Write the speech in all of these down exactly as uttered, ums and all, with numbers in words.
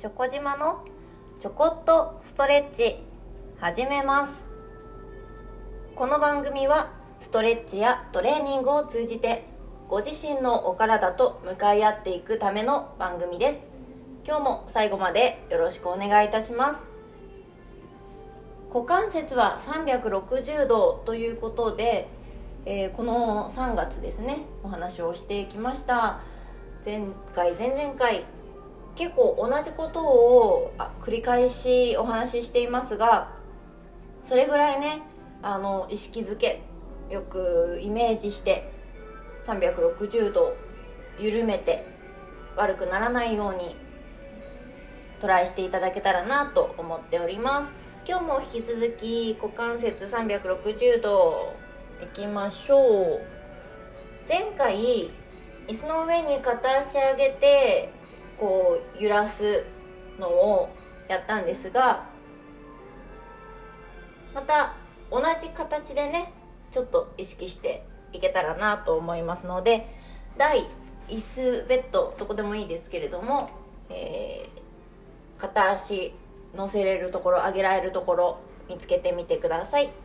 チョコ島のちょこっとストレッチ始めます。この番組はストレッチやトレーニングを通じてご自身のお体と向かい合っていくための番組です。今日も最後までよろしくお願いいたします。股関節はさんびゃくろくじゅうどということで、えー、このさんがつですねお話をしてきました。前回前々回結構同じことをあ繰り返しお話ししていますが、それぐらいねあの意識づけよくイメージしてさんびゃくろくじゅうど緩めて悪くならないようにトライしていただけたらなと思っております。今日も引き続き股関節さんびゃくろくじゅうどいきましょう。前回椅子の上に片足上げてこう揺らすのをやったんですが、また同じ形でねちょっと意識していけたらなと思いますので、台、椅子、ベッドどこでもいいですけれども、えー、片足乗せれるところ上げられるところ見つけてみてください。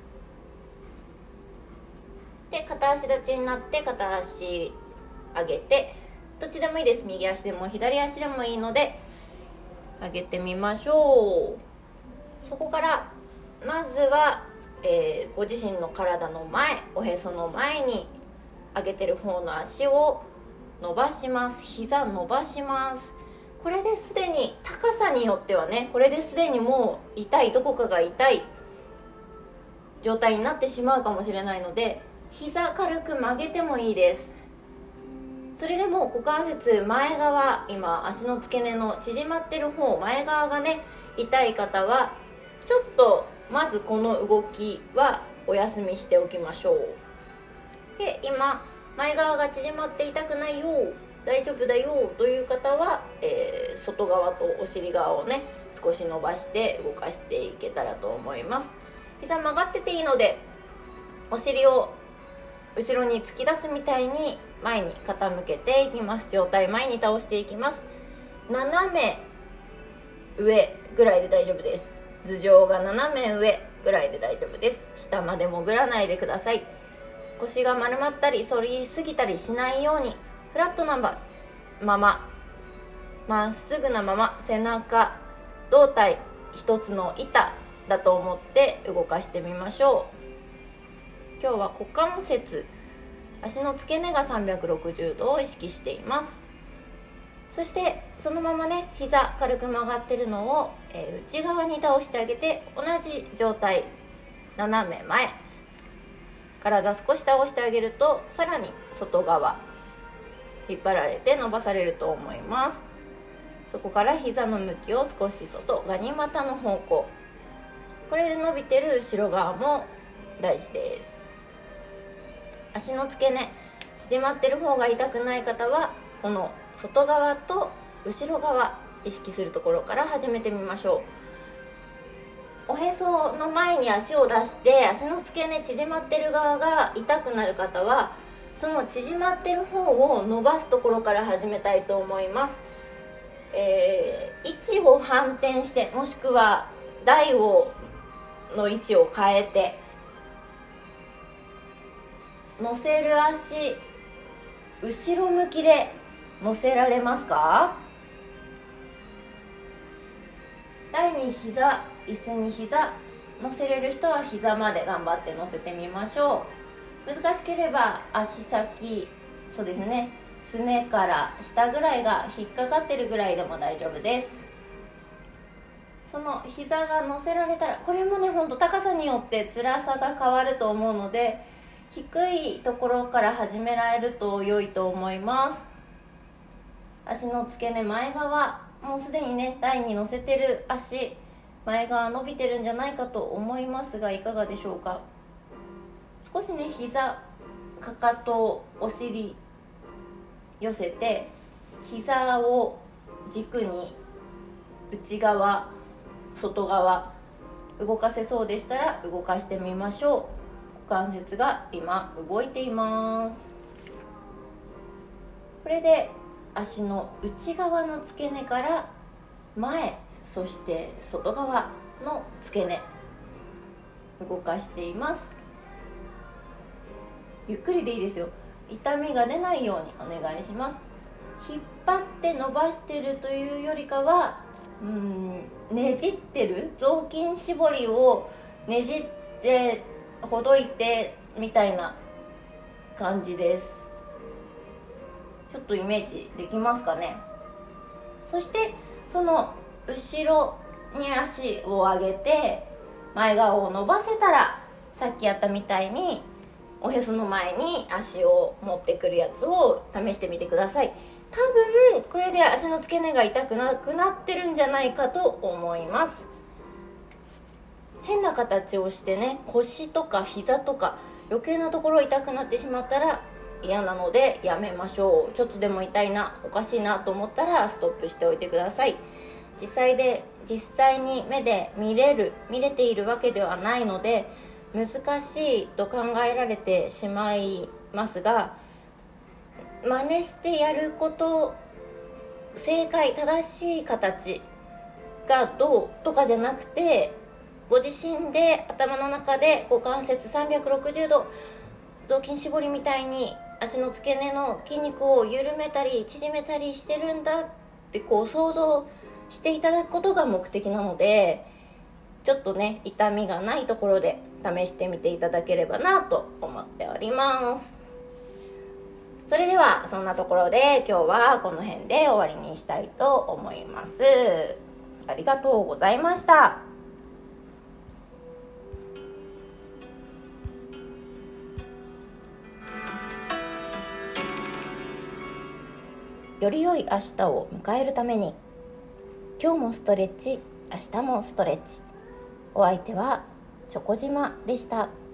で片足立ちになって片足上げて、どっちでもいいです。右足でも左足でもいいので上げてみましょう。そこからまずは、えー、ご自身の体の前、おへその前に上げてる方の足を伸ばします。膝伸ばします。これですでに高さによってはね、これですでにもう痛い、どこかが痛い状態になってしまうかもしれないので、膝軽く曲げてもいいです。それでも股関節前側、今足の付け根の縮まってる方前側がね痛い方はちょっとまずこの動きはお休みしておきましょう。で今前側が縮まって痛くないよ、大丈夫だよという方は、えー、外側とお尻側をね少し伸ばして動かしていけたらと思います。膝曲がってていいのでお尻を後ろに突き出すみたいに前に傾けていきます。上体前に倒していきます。斜め上ぐらいで大丈夫です。頭上が斜め上ぐらいで大丈夫です。下まで潜らないでください。腰が丸まったり反りすぎたりしないようにフラットなまままっすぐなまま背中胴体一つの板だと思って動かしてみましょう。今日は股関節、足の付け根がさんびゃくろくじゅうどを意識しています。そしてそのままね膝軽く曲がってるのを、えー、内側に倒してあげて、同じ状態斜め前、体少し倒してあげるとさらに外側引っ張られて伸ばされると思います。そこから膝の向きを少し外、ガニ股の方向、これで伸びてる後ろ側も大事です。足の付け根縮まってる方が痛くない方はこの外側と後ろ側意識するところから始めてみましょう。おへその前に足を出して足の付け根縮まってる側が痛くなる方はその縮まってる方を伸ばすところから始めたいと思います。えー、位置を反転して、もしくは台をの位置を変えて乗せる足後ろ向きで乗せられますか？台に膝、椅子に膝乗せれる人は膝まで頑張って乗せてみましょう。難しければ足先、そうですね、すねから下ぐらいが引っかかってるぐらいでも大丈夫です。その膝が乗せられたら、これもねほんと高さによって辛さが変わると思うので、低いところから始められると良いと思います。足の付け根前側、もうすでにね台に乗せてる足前側伸びてるんじゃないかと思いますが、いかがでしょうか。少しね膝、かかと、お尻寄せて膝を軸に内側外側動かせそうでしたら動かしてみましょう。股関節が今動いています。これで足の内側の付け根から前、そして外側の付け根動かしています。ゆっくりでいいですよ。痛みが出ないようにお願いします。引っ張って伸ばしてるというよりかは、うーんねじってる、雑巾絞りをねじってほどいてみたいな感じです。ちょっとイメージできますかね。そしてその後ろに足を上げて前側を伸ばせたら、さっきやったみたいにおへその前に足を持ってくるやつを試してみてください。多分これで足の付け根が痛くなくなってるんじゃないかと思います。変な形をしてね、腰とか膝とか余計なところ痛くなってしまったら嫌なのでやめましょう。ちょっとでも痛いな、おかしいなと思ったらストップしておいてください。実際で実際に目で見れる見れているわけではないので難しいと考えられてしまいますが、真似してやること、正解正しい形がどうとかじゃなくて、ご自身で頭の中で股関節さんびゃくろくじゅうど雑巾絞りみたいに足の付け根の筋肉を緩めたり縮めたりしてるんだってこう想像していただくことが目的なので、ちょっとね痛みがないところで試してみていただければなと思っております。それではそんなところで今日はこの辺で終わりにしたいと思います。ありがとうございました。より良い明日を迎えるために、今日もストレッチ、明日もストレッチ。お相手はチョコ島でした。